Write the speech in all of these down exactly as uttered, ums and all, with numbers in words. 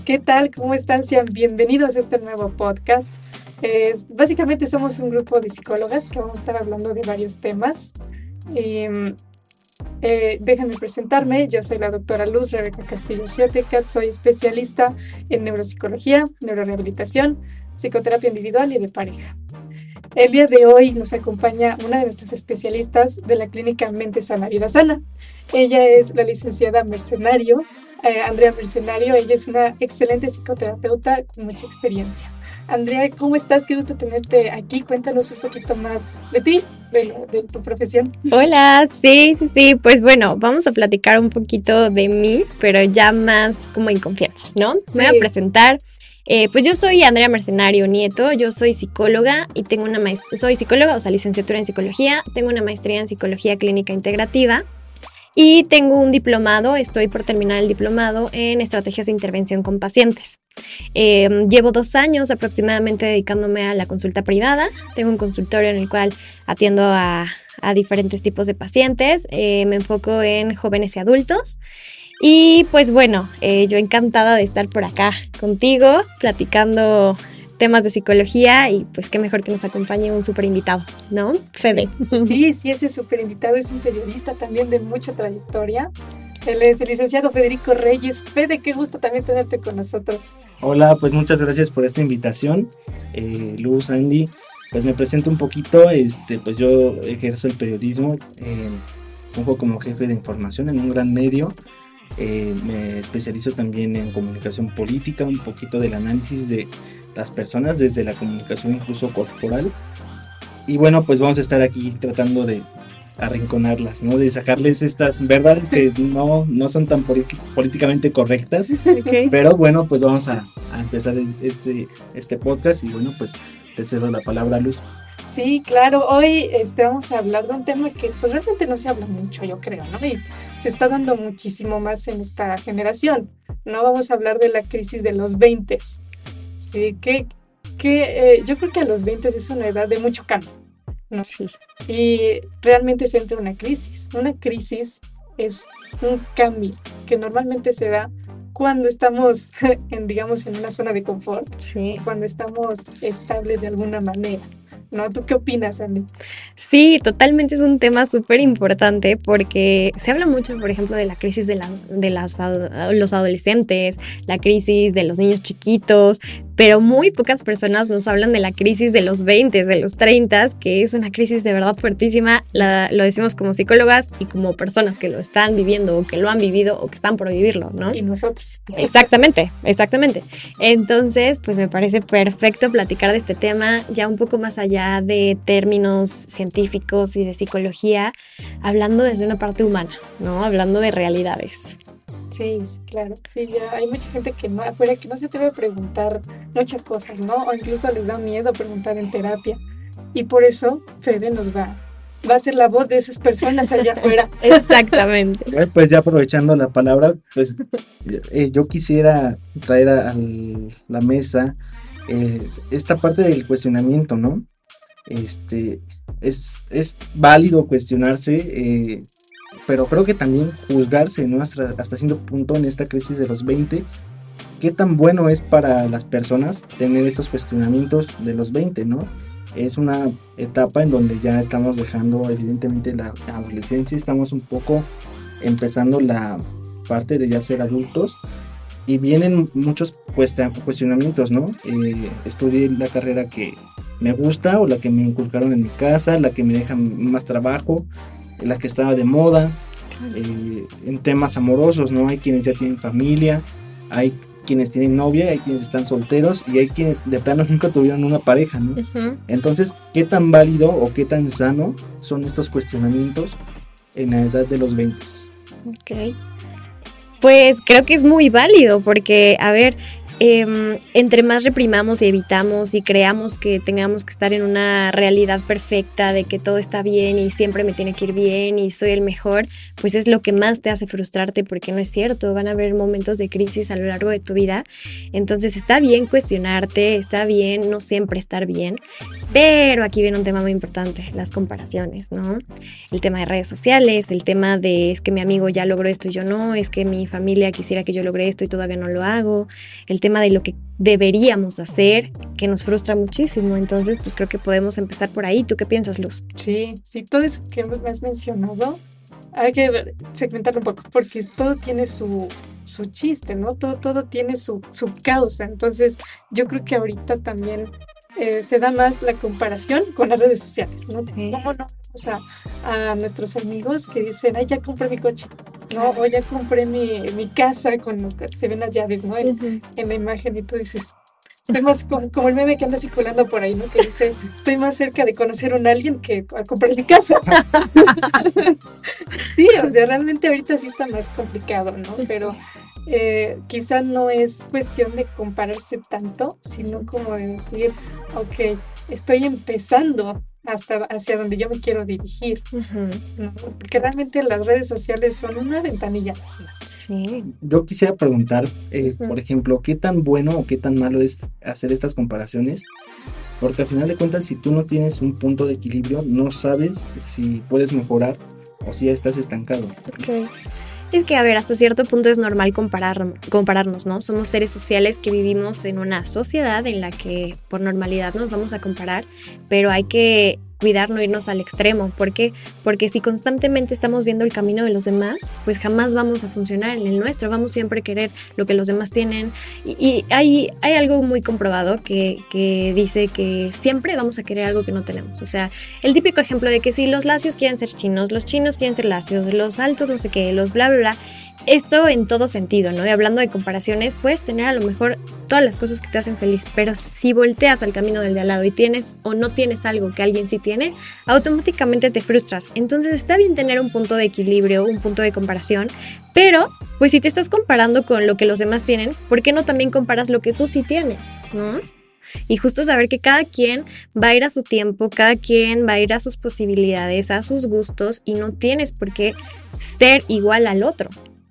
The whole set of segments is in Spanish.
¿Qué tal? ¿Cómo están? Sean bienvenidos a este nuevo podcast. Eh, básicamente somos un grupo de psicólogas que vamos a estar hablando de varios temas. Eh, eh, déjenme presentarme. Yo soy la doctora Luz Rebeca Castillo Xiotecat. Soy especialista en neuropsicología, neurorehabilitación, psicoterapia individual y de pareja. El día de hoy nos acompaña una de nuestras especialistas de la clínica Mente Sana Vida Sana. Ella es la licenciada Mercenario, eh, Andrea Mercenario. Ella es una excelente psicoterapeuta con mucha experiencia. Andrea, ¿cómo estás? Qué gusto tenerte aquí. Cuéntanos un poquito más de ti, de, de tu profesión. Hola, sí, sí, sí. Pues bueno, vamos a platicar un poquito de mí, pero ya más como en confianza, ¿no? Sí. Me voy a presentar. Eh, pues yo soy Andrea Mercenario Nieto, yo soy psicóloga y tengo una maestría, soy psicóloga, o sea, licenciatura en psicología, tengo una maestría en psicología clínica integrativa y tengo un diplomado, estoy por terminar el diplomado en estrategias de intervención con pacientes. Eh, llevo dos años aproximadamente dedicándome a la consulta privada, tengo un consultorio en el cual atiendo a, a diferentes tipos de pacientes, eh, me enfoco en jóvenes y adultos. Y pues bueno, eh, yo encantada de estar por acá contigo, platicando temas de psicología y pues qué mejor que nos acompañe un súper invitado, ¿no? Fede. Sí, sí, ese súper invitado es un periodista también de mucha trayectoria. Él es el licenciado Federico Reyes. Fede, qué gusto también tenerte con nosotros. Hola, pues muchas gracias por esta invitación. Eh, Luz, Andy, pues me presento un poquito, este, pues yo ejerzo el periodismo, eh, un poco como jefe de información en un gran medio. Eh, me especializo también en comunicación política, un poquito del análisis de las personas desde la comunicación incluso corporal. Y bueno, pues vamos a estar aquí tratando de arrinconarlas, ¿no? De sacarles estas verdades que no, no son tan politi- políticamente correctas. Okay. Pero bueno, pues vamos a, a empezar este, este podcast y bueno, pues te cedo la palabra, Luz. Sí, claro. Hoy este, vamos a hablar de un tema que pues realmente no se habla mucho, yo creo, ¿no? Y se está dando muchísimo más en esta generación, ¿no? Vamos a hablar de la crisis de los veinte. Sí, que, que eh, yo creo que a los veinte es una edad de mucho cambio, ¿no? Sí. Y realmente se entra una crisis. Una crisis es un cambio que normalmente se da cuando estamos, en, digamos, en una zona de confort, Sí. cuando estamos estables de alguna manera, ¿no? ¿Tú qué opinas, Andy? Sí, totalmente es un tema súper importante porque se habla mucho, por ejemplo, de la crisis de, las, de las, los adolescentes, la crisis de los niños chiquitos, pero muy pocas personas nos hablan de la crisis de los veinte, de los treinta, que es una crisis de verdad fuertísima. La, lo decimos como psicólogas y como personas que lo están viviendo o que lo han vivido o que están por vivirlo, ¿no? Y nosotros. Exactamente, exactamente. Entonces, pues me parece perfecto platicar de este tema ya un poco más allá de términos científicos y de psicología, hablando desde una parte humana, ¿no? Hablando de realidades. Sí, sí, claro. Sí, ya hay mucha gente que no afuera que no se atreve a preguntar muchas cosas, ¿no? O incluso les da miedo preguntar en terapia. Y por eso Fede nos va, va a ser la voz de esas personas allá afuera. Exactamente. Bueno, pues ya aprovechando la palabra, pues eh, yo quisiera traer a, a la mesa eh, esta parte del cuestionamiento, ¿no? Este, es, es válido cuestionarse, eh, pero creo que también juzgarse, ¿no? Hasta, hasta cierto punto en esta crisis de los veinte, qué tan bueno es para las personas tener estos cuestionamientos de los veinte, ¿no? Es una etapa en donde ya estamos dejando evidentemente la adolescencia, estamos un poco empezando la parte de ya ser adultos y vienen muchos cuestionamientos, ¿no? Eh, estudié la carrera que me gusta o la que me inculcaron en mi casa, la que me deja más trabajo, la que estaba de moda, eh, en temas amorosos, ¿no? Hay quienes ya tienen familia, hay quienes tienen novia, hay quienes están solteros y hay quienes de plano nunca tuvieron una pareja, ¿no? Uh-huh. Entonces, ¿qué tan válido o qué tan sano son estos cuestionamientos en la edad de los veinte? Ok. Pues creo que es muy válido porque, a ver, eh, entre más reprimamos y evitamos y creamos que tengamos que estar en una realidad perfecta de que todo está bien y siempre me tiene que ir bien y soy el mejor, pues es lo que más te hace frustrarte, porque no es cierto, van a haber momentos de crisis a lo largo de tu vida. Entonces está bien cuestionarte, está bien no siempre estar bien, pero aquí viene un tema muy importante, las comparaciones, ¿no? El tema de redes sociales, el tema de es que mi amigo ya logró esto y yo no, es que mi familia quisiera que yo logre esto y todavía no lo hago, el tema de lo que deberíamos hacer, que nos frustra muchísimo. Entonces, pues creo que podemos empezar por ahí. ¿Tú qué piensas, Luz? Sí, sí, todo eso que me has mencionado, hay que segmentarlo un poco, porque todo tiene su, su chiste, ¿no? Todo, todo tiene su, su causa. Entonces, yo creo que ahorita también eh, se da más la comparación con las redes sociales, ¿no? Sí. ¿Cómo no? O sea, a nuestros amigos que dicen, ay, ya compré mi coche, ¿no? O ya compré mi, mi casa, con se ven las llaves, ¿no? En, Uh-huh. en la imagen, y tú dices, estoy más como, como el meme que anda circulando por ahí, ¿no? Que dice, estoy más cerca de conocer a un alguien que a comprar mi casa. Sí, o sea, realmente ahorita sí está más complicado, ¿no? Pero eh, quizá no es cuestión de compararse tanto, sino como de decir, ok, estoy empezando hasta hacia donde yo me quiero dirigir, Uh-huh. ¿no? Porque realmente las redes sociales son una ventanilla más. Sí. Yo quisiera preguntar, eh, Ujú. por ejemplo, ¿qué tan bueno o qué tan malo es hacer estas comparaciones? Porque al final de cuentas, si tú no tienes un punto de equilibrio, no sabes si puedes mejorar o si ya estás estancado. Ok. Es que, a ver, hasta cierto punto es normal comparar, compararnos, ¿no? Somos seres sociales que vivimos en una sociedad en la que por normalidad nos vamos a comparar, pero hay que cuidar no irnos al extremo. ¿Por qué? Porque si constantemente estamos viendo el camino de los demás, pues jamás vamos a funcionar en el nuestro. Vamos siempre a querer lo que los demás tienen. Y, y hay, hay algo muy comprobado que, que dice que siempre vamos a querer algo que no tenemos. O sea, el típico ejemplo de que si los lacios quieren ser chinos, los chinos quieren ser lacios, los altos no sé qué, los bla, bla, bla. Esto en todo sentido, ¿no? Y hablando de comparaciones, puedes tener a lo mejor todas las cosas que te hacen feliz, pero si volteas al camino del de al lado y tienes o no tienes algo que alguien sí tiene, automáticamente te frustras. Entonces está bien tener un punto de equilibrio, un punto de comparación, pero pues si te estás comparando con lo que los demás tienen, ¿por qué no también comparas lo que tú sí tienes, ¿no? Y justo saber que cada quien va a ir a su tiempo, cada quien va a ir a sus posibilidades, a sus gustos, y no tienes por qué ser igual al otro.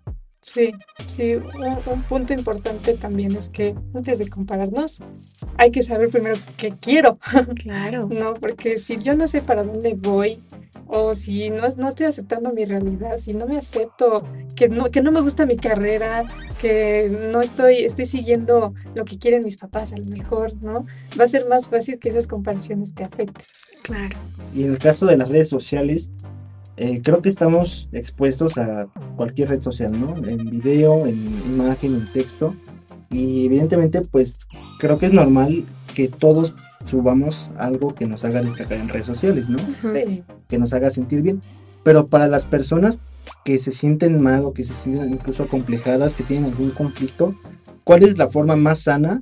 Sí, sí, un, un punto importante también es que antes de compararnos hay que saber primero qué quiero, Claro. ¿no? Porque si yo no sé para dónde voy, o si no, no estoy aceptando mi realidad, si no me acepto, que no, que no me gusta mi carrera, que no estoy, estoy siguiendo lo que quieren mis papás a lo mejor, ¿no? Va a ser más fácil que esas comparaciones te afecten. Claro. Y en el caso de las redes sociales, eh, creo que estamos expuestos a cualquier red social, ¿no? En video, en imagen, en texto. Y evidentemente, pues creo que es normal que todos subamos algo que nos haga destacar en redes sociales, ¿no? Sí. Que nos haga sentir bien. Pero para las personas que se sienten mal o que se sienten incluso acomplejadas, que tienen algún conflicto, ¿cuál es la forma más sana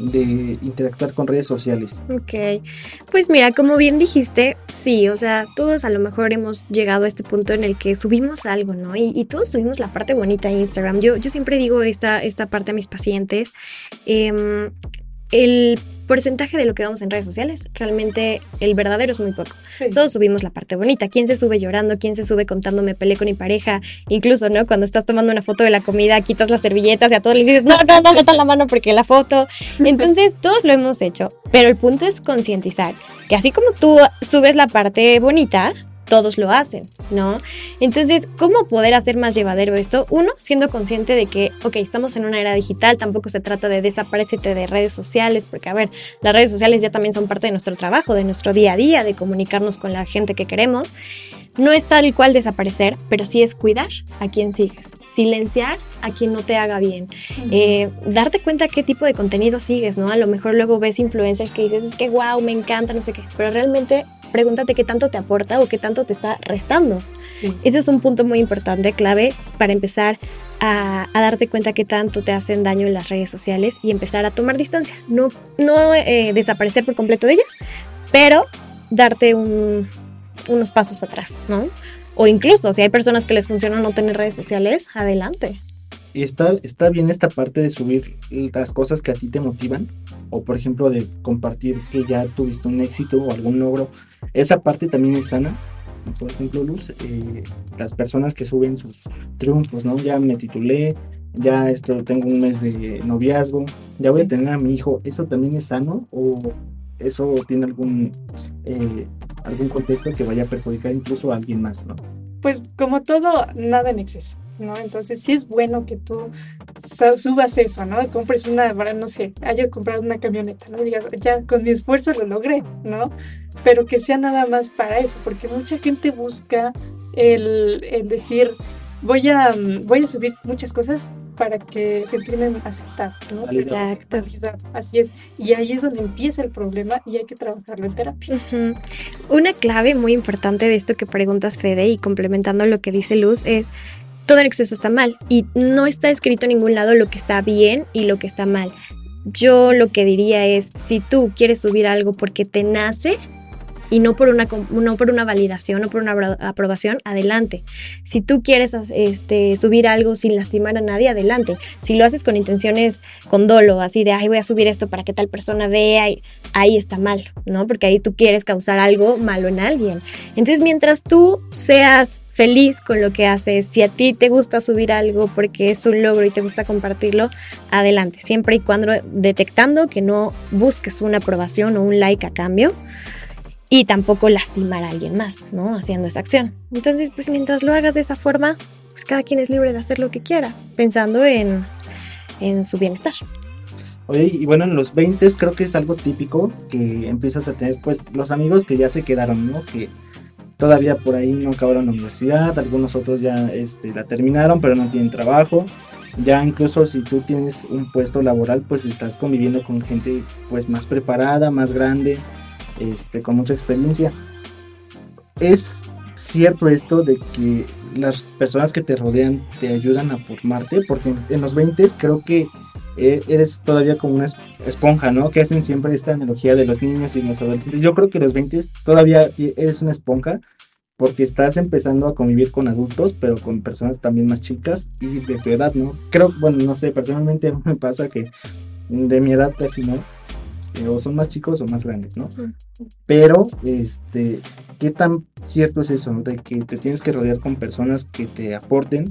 de interactuar con redes sociales? Ok, pues mira, como bien dijiste, sí, o sea, todos a lo mejor hemos llegado a este punto en el que subimos algo, ¿no? Y, y todos subimos la parte bonita de Instagram. Yo, yo siempre digo esta, esta parte a mis pacientes, eh, el porcentaje de lo que vemos en redes sociales, realmente el verdadero es muy poco. Sí. Todos subimos la parte bonita. ¿Quién se sube llorando? ¿Quién se sube contando me peleé con mi pareja? Incluso, ¿no? Cuando estás tomando una foto de la comida, quitas las servilletas y a todos les dices, no, no, no metan la mano porque la foto. Entonces, todos lo hemos hecho. Pero el punto es concientizar que así como tú subes la parte bonita, todos lo hacen, ¿no? Entonces, ¿cómo poder hacer más llevadero esto? Uno, siendo consciente de que, ok, estamos en una era digital, tampoco se trata de desaparecerte de redes sociales, porque, a ver, las redes sociales ya también son parte de nuestro trabajo, de nuestro día a día, de comunicarnos con la gente que queremos. No es tal cual desaparecer, pero sí es cuidar a quien sigues, silenciar a quien no te haga bien, Uh-huh. eh, darte cuenta qué tipo de contenido sigues, ¿no? A lo mejor luego ves influencers que dices, es que wow, me encanta, no sé qué, pero realmente pregúntate qué tanto te aporta o qué tanto te está restando. Sí. Ese es un punto muy importante, clave, para empezar a, a darte cuenta qué tanto te hacen daño en las redes sociales y empezar a tomar distancia. No, no eh, desaparecer por completo de ellas, pero darte un, unos pasos atrás, ¿no? O incluso, si hay personas que les funciona no tener redes sociales, adelante. Y está, está bien esta parte de subir las cosas que a ti te motivan, o por ejemplo de compartir que ya tuviste un éxito o algún logro. Esa parte también es sana. Por ejemplo, Luz, eh, las personas que suben sus triunfos, ¿no? Ya me titulé, ya esto, tengo un mes de noviazgo, ya voy a tener a mi hijo. ¿Eso también es sano o eso tiene algún, eh, algún contexto que vaya a perjudicar incluso a alguien más, ¿no? Pues como todo, nada en exceso, ¿no? Entonces sí es bueno que tú su- subas eso, ¿no? Y compres una, para, no sé, hayas comprado una camioneta, ¿no? Y digas, ya con mi esfuerzo lo logré, ¿no? Pero que sea nada más para eso, porque mucha gente busca el, el decir, voy a, mm, voy a subir muchas cosas para que sentirme aceptado, ¿no? Validado. Exacto. Validado, así es. Y ahí es donde empieza el problema y hay que trabajarlo en terapia. Ujú. Una clave muy importante de esto que preguntas, Fede, y complementando lo que dice Luz, es todo en exceso está mal y no está escrito en ningún lado lo que está bien y lo que está mal. Yo lo que diría es, si tú quieres subir algo porque te nace y no por una, com- no por una validación, no por una abro- aprobación, adelante. Si tú quieres este, subir algo sin lastimar a nadie, adelante. Si lo haces con intenciones, con dolo, así de, ay, voy a subir esto para que tal persona vea, y ahí está mal, ¿no? Porque ahí tú quieres causar algo malo en alguien. Entonces, mientras tú seas feliz con lo que haces, si a ti te gusta subir algo porque es un logro y te gusta compartirlo, adelante. Siempre y cuando detectando que no busques una aprobación o un like a cambio, y tampoco lastimar a alguien más, ¿no? Haciendo esa acción. Entonces, pues mientras lo hagas de esa forma, pues cada quien es libre de hacer lo que quiera, pensando en, en su bienestar. Oye, y bueno, en los veinte creo que es algo típico que empiezas a tener, pues, los amigos que ya se quedaron, ¿no? Que todavía por ahí no acabaron la universidad, algunos otros ya este, la terminaron, pero no tienen trabajo. Ya incluso si tú tienes un puesto laboral, pues estás conviviendo con gente, pues, más preparada, más grande, este, con mucha experiencia. Es cierto esto de que las personas que te rodean te ayudan a formarte, porque en los veinte creo que eh, eres todavía como una es- esponja, ¿no? Que hacen siempre esta analogía de los niños y los adolescentes. Yo creo que los veinte todavía ti- eres una esponja porque estás empezando a convivir con adultos, pero con personas también más chicas y de tu edad, ¿no? Creo, bueno, no sé, personalmente me pasa que de mi edad casi no, eh, o son más chicos o más grandes, ¿no? Pero, este, ¿qué tan cierto es eso? De que te tienes que rodear con personas que te aporten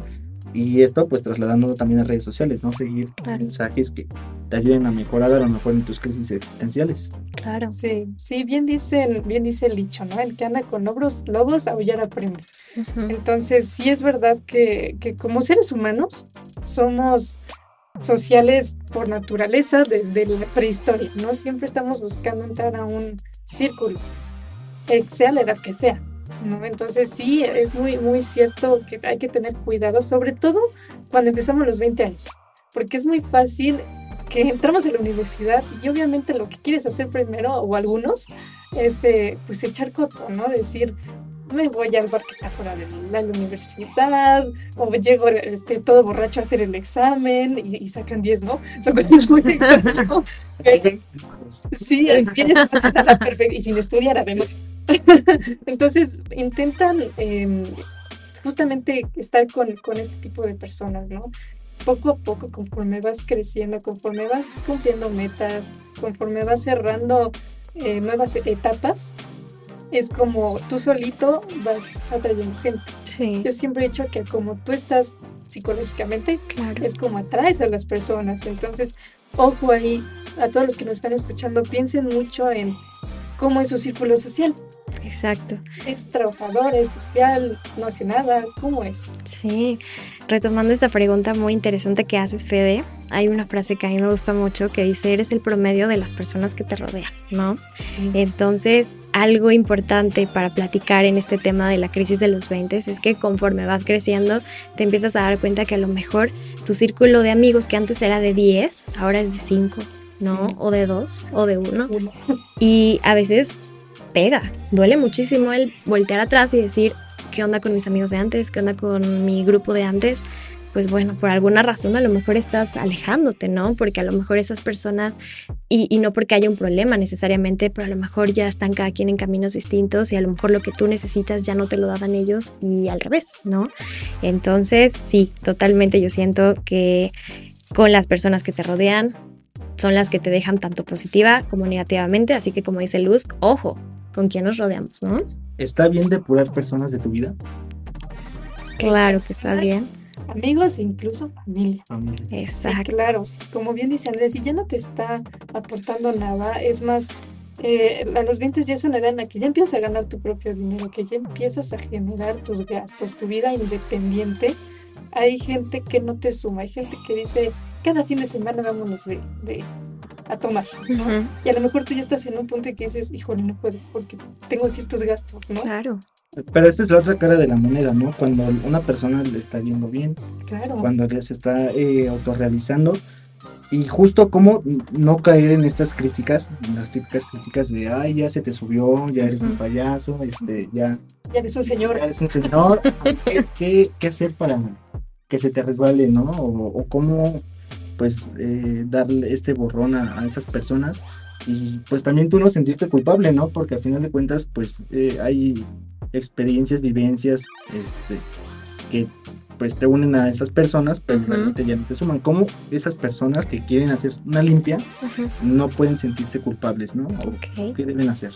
y esto pues trasladándolo también a redes sociales, ¿no? Seguir Claro. mensajes que te ayuden a mejorar a lo mejor en tus crisis existenciales. Claro. Sí, sí, bien dicen, bien dice el dicho, ¿no? El que anda con lobos, lobos aullar aprende. Ujú. Entonces, sí es verdad que, que como seres humanos somos sociales por naturaleza desde la prehistoria, ¿no? Siempre estamos buscando entrar a un círculo, eh, sea la edad que sea, ¿no? Entonces, sí, es muy, muy cierto que hay que tener cuidado, sobre todo cuando empezamos los veinte años, porque es muy fácil que entramos a la universidad y obviamente lo que quieres hacer primero, o algunos, es eh, pues echar coto, ¿no? Decir, me voy al bar que está fuera de la, la universidad, o llego este, todo borracho a hacer el examen y, y sacan diez, ¿no? Lo cual es muy extraño. Pero sí, así es, así a la perfec- y sin estudiar además. Entonces, intentan eh, justamente estar con, con este tipo de personas, ¿no? Poco a poco, conforme vas creciendo, conforme vas cumpliendo metas, conforme vas cerrando eh, nuevas etapas, es como tú solito vas atrayendo gente. Sí, Yo siempre he dicho que como tú estás psicológicamente, claro. es como atraes a las personas. Entonces, ojo ahí, a todos los que nos están escuchando, piensen mucho en cómo es su círculo social. Exacto. ¿Es trabajador, es social, no hace nada? ¿Cómo es? Sí, retomando esta pregunta muy interesante que haces, Fede, hay una frase que a mí me gusta mucho que dice, eres el promedio de las personas que te rodean, ¿no? Entonces, algo importante para platicar en este tema de la crisis de los veinte es que conforme vas creciendo, te empiezas a dar cuenta que a lo mejor tu círculo de amigos que antes era de diez, ahora es de cinco, ¿no? Sí. O de dos, o de uno. Uno. Y a veces pega, duele muchísimo el voltear atrás y decir, ¿qué onda con mis amigos de antes? ¿Qué onda con mi grupo de antes? pues bueno, por alguna razón a lo mejor estás alejándote, ¿no? Porque a lo mejor esas personas, y, y no porque haya un problema necesariamente, pero a lo mejor ya están cada quien en caminos distintos y a lo mejor lo que tú necesitas ya no te lo daban ellos y al revés, ¿no? Entonces, sí, totalmente yo siento que con las personas que te rodean son las que te dejan tanto positiva como negativamente, así que como dice Luz, ojo, con quién nos rodeamos, ¿no? ¿Está bien depurar personas de tu vida? Claro que está bien. Amigos e incluso familia. Familia. Exacto. Sí, claro, sí. Como bien dice Andrés, si ya no te está aportando nada, es más, eh, a los veinte ya es una edad en la que ya empiezas a ganar tu propio dinero, que ya empiezas a generar tus gastos, tu vida independiente. Hay gente que no te suma, hay gente que dice, cada fin de semana vámonos de, de, a tomar, ¿no? Uh-huh. Y a lo mejor tú ya estás en un punto en que dices, híjole, no puedo, porque tengo ciertos gastos, ¿no? Claro. Pero esta es la otra cara de la moneda, ¿no? Cuando una persona le está yendo bien, Claro. cuando ya se está eh, autorrealizando, y justo como no caer en estas críticas, en las típicas críticas de, ay, ya se te subió, ya eres Uh-huh. un payaso, este, ya, Ya eres un señor. ya eres un señor, ¿qué, qué, qué hacer para que se te resbale, ¿no? O, o cómo, pues, eh, darle este borrón a, a esas personas, y pues también tú no sentirte culpable, ¿no? Porque a final de cuentas, pues, eh, hay experiencias, vivencias, este, que pues te unen a esas personas, pero Uh-huh. realmente ya no te suman. ¿Cómo esas personas que quieren hacer una limpia Uh-huh. no pueden sentirse culpables, ¿no? ¿O Ok. qué deben hacer?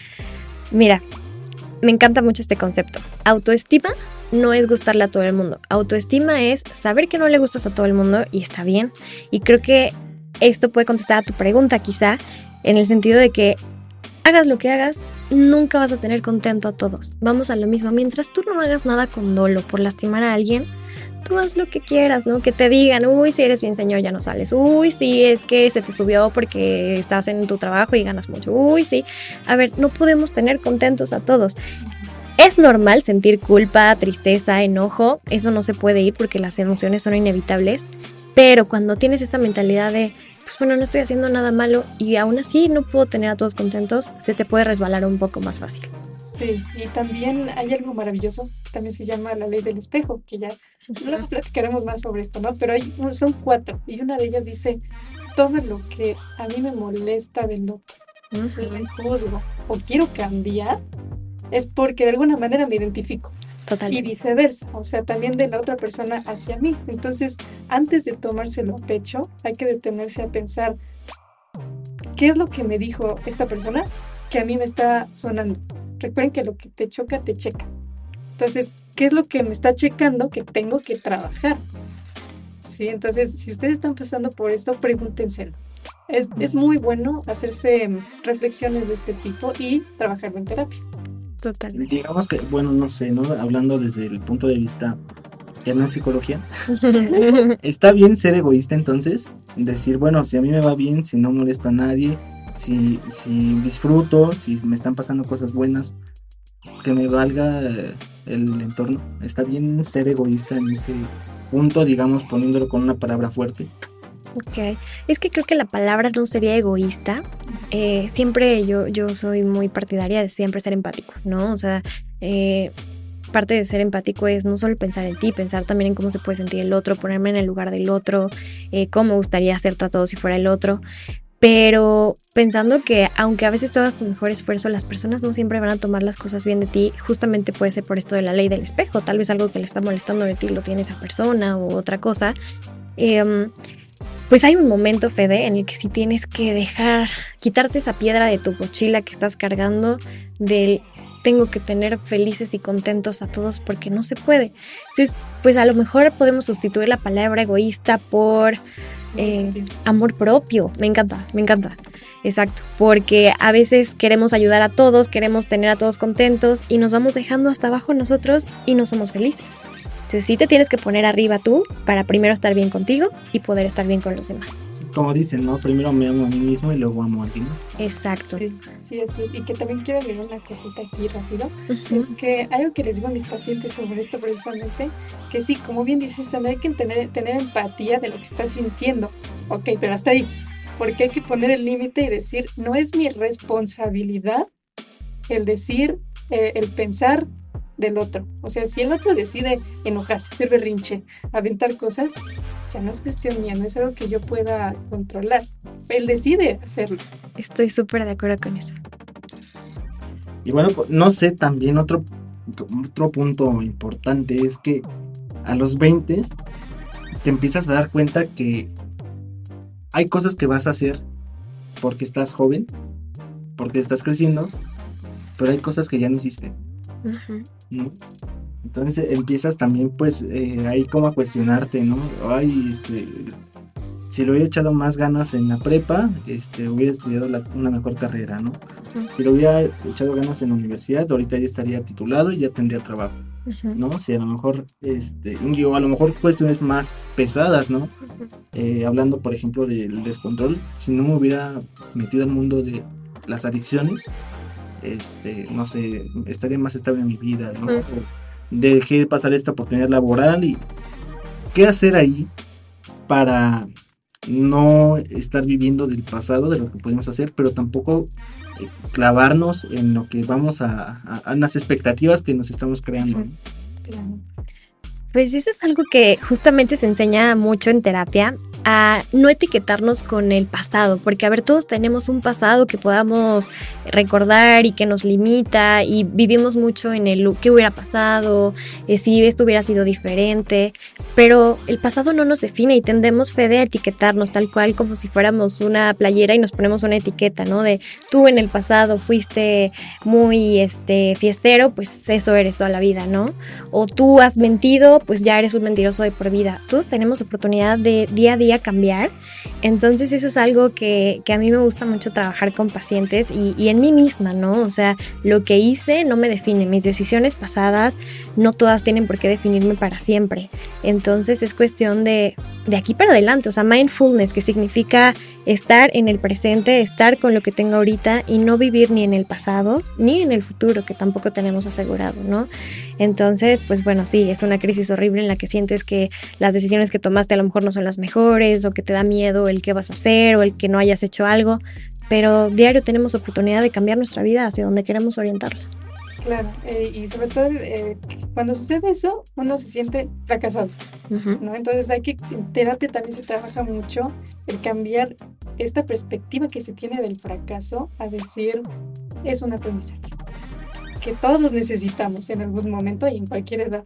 Mira, me encanta mucho este concepto. Autoestima no es gustarle a todo el mundo. Autoestima es saber que no le gustas a todo el mundo y está bien. Y creo que esto puede contestar a tu pregunta quizá, en el sentido de que hagas lo que hagas, nunca vas a tener contento a todos. Vamos a lo mismo. Mientras tú no hagas nada con dolo por lastimar a alguien, tú haz lo que quieras, ¿no? Que te digan, uy, si eres bien señor ya no sales. Uy, sí, es que se te subió porque estás en tu trabajo y ganas mucho. Uy, sí. A ver, no podemos tener contentos a todos. Es normal sentir culpa, tristeza, enojo. Eso no se puede ir porque las emociones son inevitables. Pero cuando tienes esta mentalidad de, pues bueno, no estoy haciendo nada malo y aún así no puedo tener a todos contentos, se te puede resbalar un poco más fácil. Sí, y también hay algo maravilloso, también se llama la ley del espejo, que ya luego platicaremos más sobre esto, ¿no? Pero hay, son cuatro, y una de ellas dice, todo lo que a mí me molesta del otro, le juzgo o quiero cambiar, es porque de alguna manera me identifico. Total. Y viceversa, o sea, también de la otra persona hacia mí. Entonces, antes de tomárselo a pecho, hay que detenerse a pensar, ¿qué es lo que me dijo esta persona que a mí me está sonando? Recuerden que lo que te choca, te checa. Entonces, ¿qué es lo que me está checando que tengo que trabajar? Sí, entonces, si ustedes están pasando por esto, pregúntenselo. Es, es muy bueno hacerse reflexiones de este tipo y trabajarlo en terapia. Total. Digamos que, bueno, no sé, ¿no? Hablando desde el punto de vista que no es psicología, ¿está bien ser egoísta entonces? Decir, bueno, si a mí me va bien, si no molesto a nadie, si, si disfruto, si me están pasando cosas buenas, que me valga el entorno. ¿Está bien ser egoísta en ese punto, digamos, poniéndolo con una palabra fuerte? Ok, es que creo que la palabra no sería egoísta. Eh, siempre yo, yo soy muy partidaria de siempre ser empático, ¿no? O sea, eh, parte de ser empático es no solo pensar en ti, pensar también en cómo se puede sentir el otro, ponerme en el lugar del otro, eh, cómo me gustaría ser tratado si fuera el otro. Pero pensando que aunque a veces tú hagas tu mejor esfuerzo, las personas no siempre van a tomar las cosas bien de ti. Justamente puede ser por esto de la ley del espejo. Tal vez algo que le está molestando de ti lo tiene esa persona u otra cosa. Eh, Pues hay un momento, Fede, en el que sí tienes que dejar, quitarte esa piedra de tu mochila que estás cargando del tengo que tener felices y contentos a todos porque no se puede. Entonces, pues a lo mejor podemos sustituir la palabra egoísta por eh, amor propio. Me encanta, me encanta. Exacto, porque a veces queremos ayudar a todos, queremos tener a todos contentos y nos vamos dejando hasta abajo nosotros y no somos felices. Entonces sí te tienes que poner arriba tú para primero estar bien contigo y poder estar bien con los demás. Como dicen, ¿no? Primero me amo a mí mismo y luego amo a alguien más. Exacto. Sí, sí, así. Y que también quiero agregar una cosita aquí rápido. Uh-huh. Es que algo que les digo a mis pacientes sobre esto precisamente, que sí, como bien dices, Ana, hay que tener, tener empatía de lo que estás sintiendo. Ok, pero hasta ahí. Porque hay que poner el límite y decir, no es mi responsabilidad el decir, eh, el pensar del otro. O sea, si el otro decide enojarse, hacer berrinche, aventar cosas, ya no es cuestión mía, no es algo que yo pueda controlar. Él decide hacerlo. Estoy súper de acuerdo con eso. Y bueno, no sé, también otro, otro punto importante es que a los veinte te empiezas a dar cuenta que hay cosas que vas a hacer porque estás joven, porque estás creciendo, pero hay cosas que ya no hiciste, Uh-huh. ¿no? Entonces empiezas también pues eh, ahí como a cuestionarte, ¿no? Ay, este, si le hubiera echado más ganas en la prepa, este, hubiera estudiado la, una mejor carrera, ¿no? Uh-huh. Si le hubiera echado ganas en la universidad, ahorita ya estaría titulado y ya tendría trabajo, Uh-huh. ¿no? Si a lo mejor, este, o a lo mejor cuestiones más pesadas, ¿no? Eh, hablando, por ejemplo, del descontrol, si no me hubiera metido al mundo de las adicciones, este, no sé, estaría más estable en mi vida, ¿no? Uh-huh. O dejé pasar esta oportunidad laboral y qué hacer ahí para no estar viviendo del pasado, de lo que pudimos hacer, pero tampoco eh, clavarnos en lo que vamos a, a, a las expectativas que nos estamos creando, ¿no? Claro. Pues eso es algo que justamente se enseña mucho en terapia, a no etiquetarnos con el pasado, porque a ver, todos tenemos un pasado que podamos recordar y que nos limita y vivimos mucho en el qué hubiera pasado, eh, si esto hubiera sido diferente, pero el pasado no nos define y tendemos, Fede, a etiquetarnos tal cual como si fuéramos una playera y nos ponemos una etiqueta, ¿no? De tú en el pasado fuiste muy este, fiestero, pues eso eres toda la vida, ¿no? O tú has mentido, pues ya eres un mentiroso de por vida. Todos tenemos oportunidad de día a día cambiar, entonces eso es algo que, que a mí me gusta mucho trabajar con pacientes y, y en mí misma, ¿no? O sea, lo que hice no me define, mis decisiones pasadas no todas tienen por qué definirme para siempre, entonces es cuestión de, de aquí para adelante, o sea, mindfulness, que significa estar en el presente, estar con lo que tengo ahorita y no vivir ni en el pasado ni en el futuro, que tampoco tenemos asegurado, ¿no? Entonces, pues bueno, sí, es una crisis horrible en la que sientes que las decisiones que tomaste a lo mejor no son las mejores, o que te da miedo el que vas a hacer o el que no hayas hecho algo, pero diario tenemos oportunidad de cambiar nuestra vida hacia donde queremos orientarla. Claro, eh, y sobre todo eh, cuando sucede eso, uno se siente fracasado, Uh-huh. ¿no? Entonces hay que, en terapia también se trabaja mucho el cambiar esta perspectiva que se tiene del fracaso a decir, es un aprendizaje, que todos necesitamos en algún momento y en cualquier edad.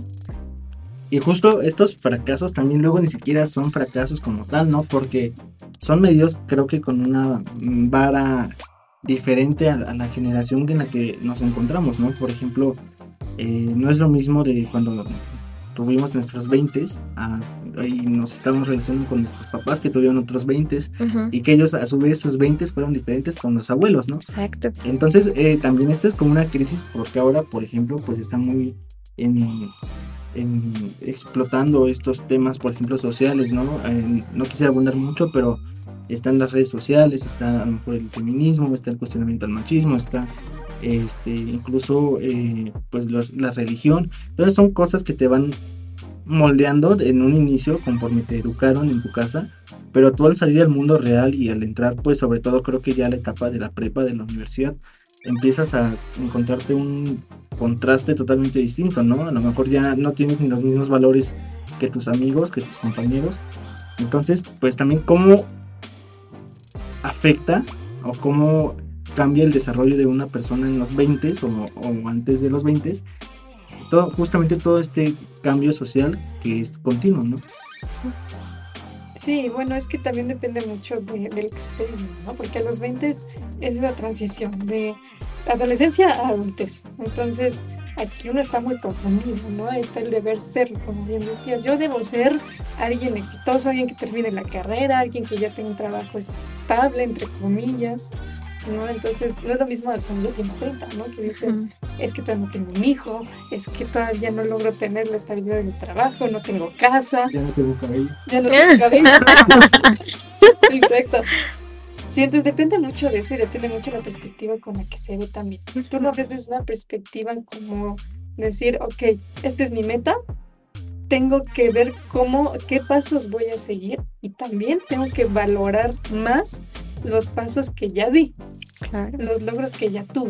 Y justo estos fracasos también luego ni siquiera son fracasos como tal, ¿no? Porque son medidos, creo que con una vara diferente a, a la generación en la que nos encontramos, ¿no? Por ejemplo, eh, no es lo mismo de cuando tuvimos nuestros veintes y nos estábamos relacionando con nuestros papás que tuvieron otros veintes, Uh-huh. y que ellos a su vez sus veintes fueron diferentes con los abuelos, ¿no? Exacto. Entonces eh, también esta es como una crisis porque ahora, por ejemplo, pues está muy en, en explotando estos temas, por ejemplo, sociales, ¿no? Eh, no quisiera abundar mucho, pero están las redes sociales, está a lo mejor el feminismo, está el cuestionamiento al machismo, está este incluso eh, pues los, la religión. Entonces son cosas que te van moldeando en un inicio conforme te educaron en tu casa, pero tú al salir al mundo real y al entrar, pues sobre todo creo que ya la etapa de la prepa, de la universidad, empiezas a encontrarte un contraste totalmente distinto, ¿no? A lo mejor ya no tienes ni los mismos valores que tus amigos, que tus compañeros. Entonces, pues también cómo afecta o cómo cambia el desarrollo de una persona en los veinte o, o antes de los veinte, todo, justamente todo este cambio social que es continuo, ¿no? Sí, bueno, es que también depende mucho de, de lo que esté viviendo, ¿no? Porque a los veinte es esa transición de adolescencia a adultez. Entonces, aquí uno está muy confundido, ¿no? Está el deber ser, como bien decías. Yo debo ser alguien exitoso, alguien que termine la carrera, alguien que ya tenga un trabajo estable, entre comillas, ¿no? Entonces, no es lo mismo cuando ya tienes treinta, ¿no? Que dicen, Uh-huh. es que todavía no tengo un hijo, es que todavía no logro tener la estabilidad del trabajo, no tengo casa, Ya no tengo cabello. ya no tengo cabello. Exacto. Sí, entonces depende mucho de eso y depende mucho de la perspectiva con la que se ve también. Si tú lo ves desde una perspectiva como decir, ok, esta es mi meta, tengo que ver cómo, qué pasos voy a seguir y también tengo que valorar más los pasos que ya di, Claro. los logros que ya tuve.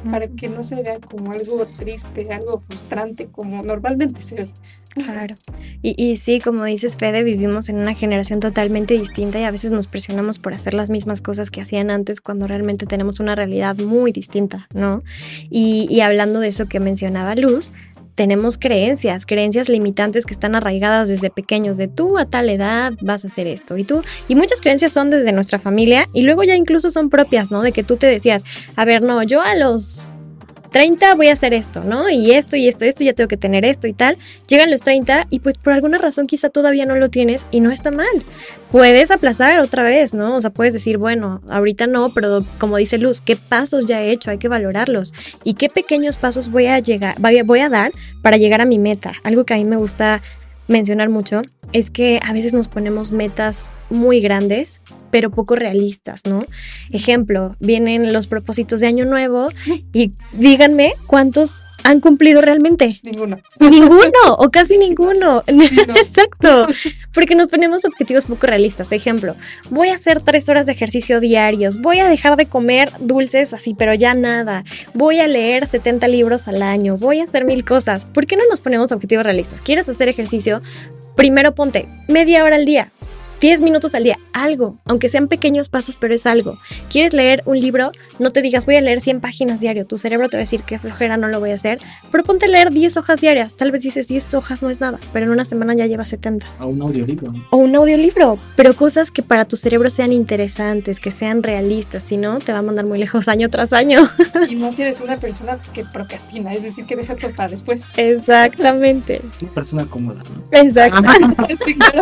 para que no se vea como algo triste, algo frustrante, como normalmente se ve. Claro. Y, y sí, como dices, Fede, vivimos en una generación totalmente distinta y a veces nos presionamos por hacer las mismas cosas que hacían antes cuando realmente tenemos una realidad muy distinta, ¿no? Y, y hablando de eso que mencionaba Luz, tenemos creencias, creencias limitantes que están arraigadas desde pequeños, de tú a tal edad vas a hacer esto y tú, y muchas creencias son desde nuestra familia y luego ya incluso son propias, ¿no? De que tú te decías, a ver, no, yo a los treinta voy a hacer esto, ¿no? Y esto y esto, esto, ya tengo que tener esto y tal. Llegan los treinta y pues por alguna razón quizá todavía no lo tienes y no está mal. Puedes aplazar otra vez, ¿no? O sea, puedes decir, bueno, ahorita no, pero como dice Luz, ¿qué pasos ya he hecho? Hay que valorarlos. ¿Y qué pequeños pasos voy a llegar, voy a dar para llegar a mi meta? Algo que a mí me gusta mencionar mucho es que a veces nos ponemos metas muy grandes pero poco realistas, ¿no? Ejemplo, vienen los propósitos de Año Nuevo y díganme cuántos han cumplido realmente. Ninguno. Ninguno, o casi ninguno. Sí, no. Exacto, porque nos ponemos objetivos poco realistas. Ejemplo, voy a hacer tres horas de ejercicio diarios, voy a dejar de comer dulces así, pero ya nada, voy a leer setenta libros al año, voy a hacer mil cosas. ¿Por qué no nos ponemos objetivos realistas? ¿Quieres hacer ejercicio? Primero ponte media hora al día. diez minutos al día, algo, aunque sean pequeños pasos, pero es algo. ¿Quieres leer un libro? No te digas, voy a leer cien páginas diario. Tu cerebro te va a decir, qué flojera, no lo voy a hacer. Pero ponte a leer diez hojas diarias. Tal vez dices, diez hojas no es nada, pero en una semana ya llevas setenta. O un audiolibro. O un audiolibro, pero cosas que para tu cerebro sean interesantes, que sean realistas. Si no, te va a mandar muy lejos año tras año. Y más si eres una persona que procrastina, es decir, que deja todo para después. Exactamente. Una persona cómoda, ¿no? Exacto. Sí, claro.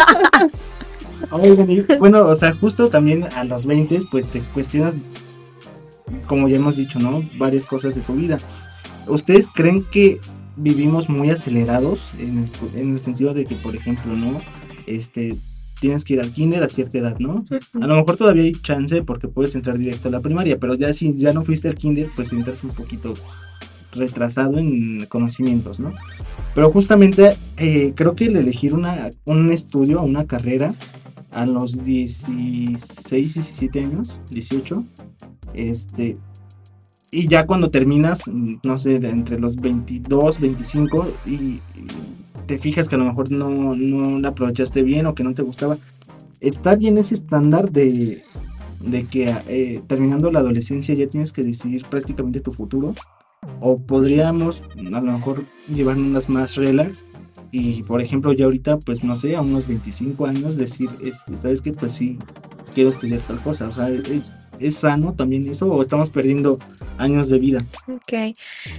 Oigan, y bueno, o sea, justo también a los veinte, pues te cuestionas, como ya hemos dicho, ¿no? Varias cosas de tu vida. ¿Ustedes creen que vivimos muy acelerados en el, en el sentido de que, por ejemplo, ¿no? Este, tienes que ir al kinder a cierta edad, ¿no? A lo mejor todavía hay chance porque puedes entrar directo a la primaria, pero ya si ya no fuiste al kinder, pues entras un poquito retrasado en conocimientos, ¿no? Pero justamente eh, creo que el elegir una, un estudio, una carrera a los dieciséis, diecisiete años, dieciocho, este, y ya cuando terminas, no sé, de entre los veintidós, veinticinco, y, y te fijas que a lo mejor no, no la aprovechaste bien o que no te gustaba, ¿está bien ese estándar de, de que eh, terminando la adolescencia ya tienes que decidir prácticamente tu futuro? ¿O podríamos a lo mejor llevarnos más relax y, por ejemplo, ya ahorita, pues no sé, a unos veinticinco años decir, este, ¿sabes qué? Pues sí, quiero estudiar tal cosa. O sea, ¿es, es sano también eso o estamos perdiendo años de vida? Ok.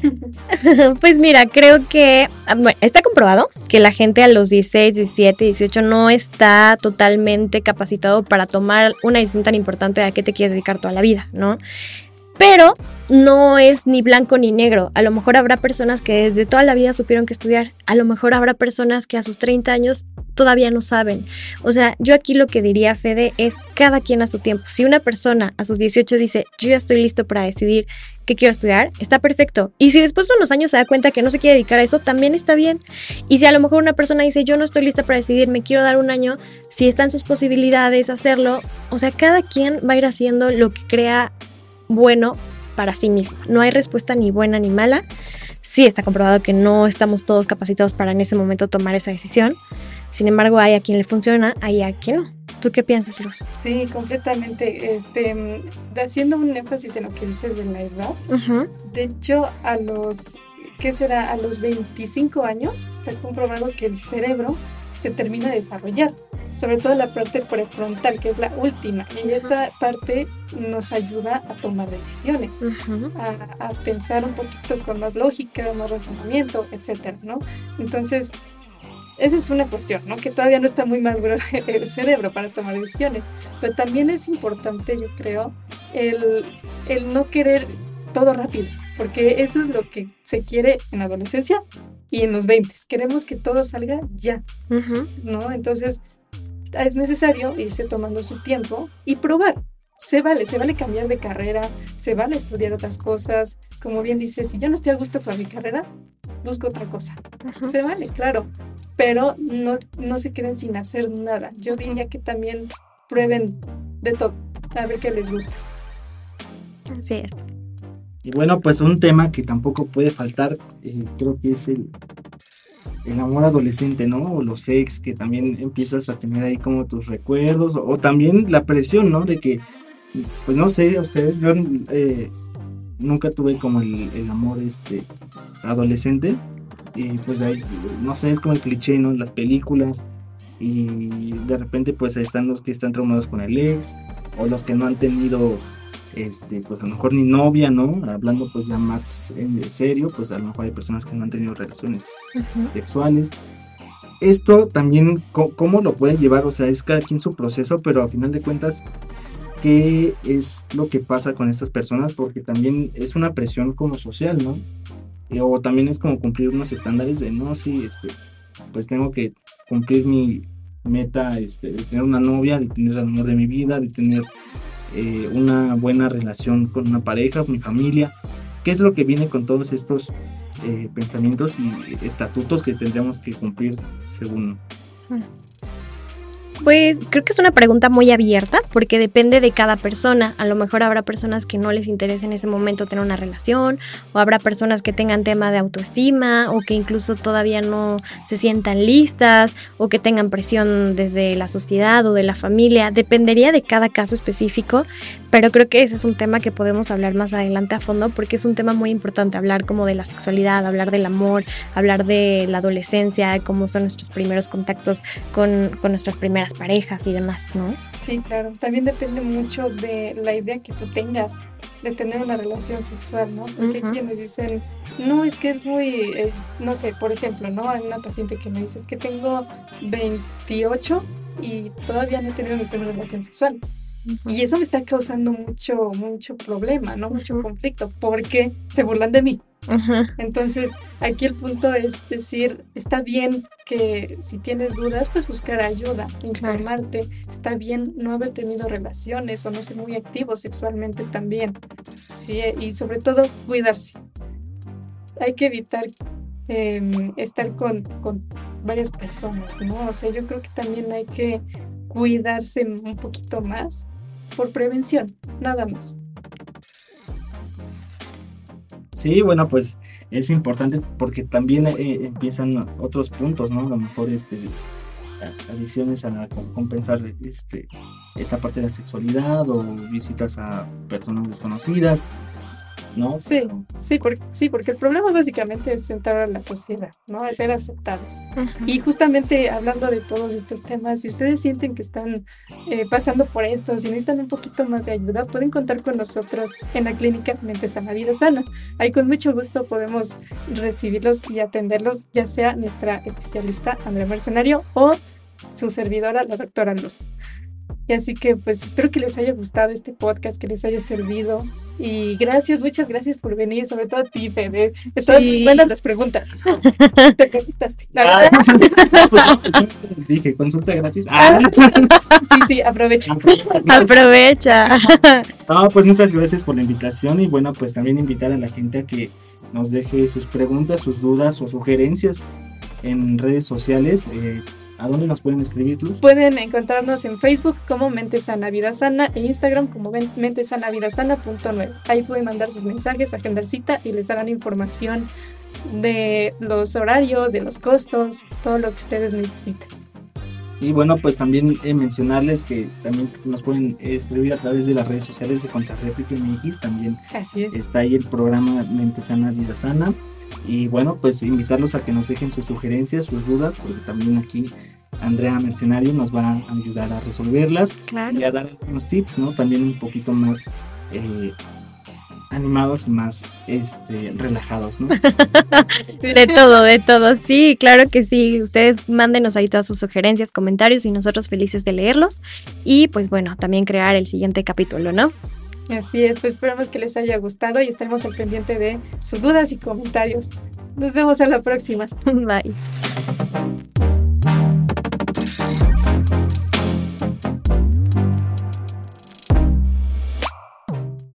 Pues mira, creo que bueno, está comprobado que la gente a los dieciséis, diecisiete, dieciocho no está totalmente capacitado para tomar una decisión tan importante de a qué te quieres dedicar toda la vida, ¿no? Pero no es ni blanco ni negro. A lo mejor habrá personas que desde toda la vida supieron que estudiar. A lo mejor habrá personas que a sus treinta años todavía no saben. O sea, yo aquí lo que diría, Fede, es cada quien a su tiempo. Si una persona a sus dieciocho dice, yo ya estoy listo para decidir qué quiero estudiar, está perfecto. Y si después de unos años se da cuenta que no se quiere dedicar a eso, también está bien. Y si a lo mejor una persona dice, yo no estoy lista para decidir, me quiero dar un año, si está en sus posibilidades hacerlo, o sea, cada quien va a ir haciendo lo que crea bueno para sí mismo. No hay respuesta ni buena ni mala. Sí está comprobado que no estamos todos capacitados para en ese momento tomar esa decisión. Sin embargo, hay a quien le funciona, hay a quien no. ¿Tú qué piensas, Luz? Sí, completamente. Este, haciendo un énfasis en lo que dices de la edad. Uh-huh. De hecho, a los, ¿qué será? A los veinticinco años está comprobado que el cerebro se termina de desarrollar, sobre todo la parte prefrontal, que es la última, y esta parte nos ayuda a tomar decisiones, Uh-huh. a, a pensar un poquito con más lógica, más razonamiento, etcétera, ¿no? Entonces, esa es una cuestión, ¿no? Que todavía no está muy maduro el cerebro para tomar decisiones, pero también es importante, yo creo, el, el no querer todo rápido, porque eso es lo que se quiere en la adolescencia y en los veinte. Queremos que todo salga ya, Uh-huh. ¿no? Entonces es necesario irse tomando su tiempo y probar. Se vale, se vale cambiar de carrera, se vale estudiar otras cosas. Como bien dices, si yo no estoy a gusto con mi carrera, busco otra cosa. Uh-huh. Se vale, claro, pero no, no se queden sin hacer nada. Yo diría que también prueben de todo, a ver qué les gusta. Así es. Y bueno, pues un tema que tampoco puede faltar, eh, creo que es el, el amor adolescente, ¿no? O los ex, que también empiezas a tener ahí como tus recuerdos, o, o también la presión, ¿no? De que, pues no sé, ustedes, yo eh, nunca tuve como el, el amor este adolescente, y pues ahí, no sé, es como el cliché, ¿no? Las películas, y de repente pues ahí están los que están traumados con el ex, o los que no han tenido este, pues a lo mejor ni novia, ¿no? Hablando pues ya más en serio, pues a lo mejor hay personas que no han tenido relaciones uh-huh. sexuales. Esto también, ¿cómo lo pueden llevar? O sea, es cada quien su proceso, pero a final de cuentas, ¿qué es lo que pasa con estas personas? Porque también es una presión como social, ¿no? Y, o también es como cumplir unos estándares de, no, sí, este, pues tengo que cumplir mi meta, este, de tener una novia, de tener el amor de mi vida, de tener Eh, una buena relación con una pareja, con mi familia. ¿Qué es lo que viene con todos estos eh, pensamientos y estatutos que tendríamos que cumplir según? Pues creo que es una pregunta muy abierta porque depende de cada persona. A lo mejor habrá personas que no les interese en ese momento tener una relación, o habrá personas que tengan tema de autoestima, o que incluso todavía no se sientan listas, o que tengan presión desde la sociedad o de la familia. Dependería de cada caso específico, pero creo que ese es un tema que podemos hablar más adelante a fondo porque es un tema muy importante, hablar como de la sexualidad, hablar del amor, hablar de la adolescencia, cómo son nuestros primeros contactos con, con nuestras primeras parejas y demás, ¿no? Sí, claro. También depende mucho de la idea que tú tengas de tener una relación sexual, ¿no? Porque uh-huh. hay quienes dicen, no, es que es muy, eh, no sé, por ejemplo, ¿no? Hay una paciente que me dice, es que tengo veintiocho y todavía no he tenido mi primera relación sexual. Uh-huh. Y eso me está causando mucho, mucho problema, ¿no? Mucho uh-huh. conflicto, porque se burlan de mí. Uh-huh. Entonces, aquí el punto es decir, está bien que si tienes dudas, pues buscar ayuda, informarte. Claro. Está bien no haber tenido relaciones o no ser muy activo sexualmente también. Sí, y sobre todo, cuidarse. Hay que evitar eh, estar con, con varias personas, ¿no? O sea, yo creo que también hay que cuidarse un poquito más por prevención, nada más. Sí, bueno, pues es importante porque también eh, empiezan otros puntos, ¿no? A lo mejor este, adicciones a compensar este, esta parte de la sexualidad o visitas a personas desconocidas, ¿no? Sí, sí, por, sí, porque el problema básicamente es entrar a la sociedad, ¿no? Es ser aceptados. Uh-huh. Y justamente hablando de todos estos temas, si ustedes sienten que están eh, pasando por esto, si necesitan un poquito más de ayuda, pueden contar con nosotros en la clínica Mente Sana, Vida Sana. Ahí con mucho gusto podemos recibirlos y atenderlos, ya sea nuestra especialista Andrea Mercenario o su servidora, la doctora Luz. Y así que pues espero que les haya gustado este podcast, que les haya servido. Y gracias, muchas gracias por venir, sobre todo a ti, Fede. Estaban sí. muy buenas las preguntas. Te preguntaste. Ah, pues, dije, consulta gratis. Ah. Sí, sí, aprovecha. Aprovecha. No, pues muchas gracias por la invitación. Y bueno, pues también invitar a la gente a que nos deje sus preguntas, sus dudas o sugerencias en redes sociales. Eh, ¿A dónde nos pueden escribir, Luz? Pueden encontrarnos en Facebook como Mente Sana Vida Sana e Instagram como Mente Sana Vida Sana punto nueve. Ahí pueden mandar sus mensajes, agendar cita y les darán información de los horarios, de los costos, todo lo que ustedes necesiten. Y bueno, pues también eh, mencionarles que también nos pueden escribir a través de las redes sociales de Contrarréplica M X. También Así es. Está ahí el programa Mente Sana Vida Sana. Y bueno, pues invitarlos a que nos dejen sus sugerencias, sus dudas, porque también aquí Andrea Mercenario nos va a ayudar a resolverlas. Claro. Y a dar algunos tips, ¿no? También un poquito más eh, animados y más este, relajados, ¿no? De todo, de todo, sí, claro que sí. Ustedes mándenos ahí todas sus sugerencias, comentarios y nosotros felices de leerlos. Y pues bueno, también crear el siguiente capítulo, ¿no? Así es, pues esperamos que les haya gustado y estaremos al pendiente de sus dudas y comentarios. Nos vemos a la próxima. Bye.